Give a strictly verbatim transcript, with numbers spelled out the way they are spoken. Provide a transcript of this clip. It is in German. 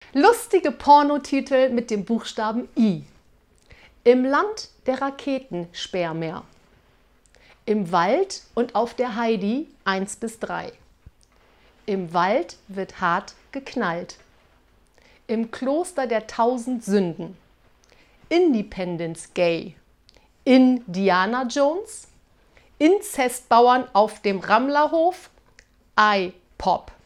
Lustige Pornotitel mit dem Buchstaben I. Im Land der Raketensperrmär. Im Wald und auf der Heidi eins bis drei. Im Wald wird hart geknallt. Im Kloster der tausend Sünden. Independence Gay. Indiana Jones. Inzestbauern auf dem Rammlerhof. I-Pop.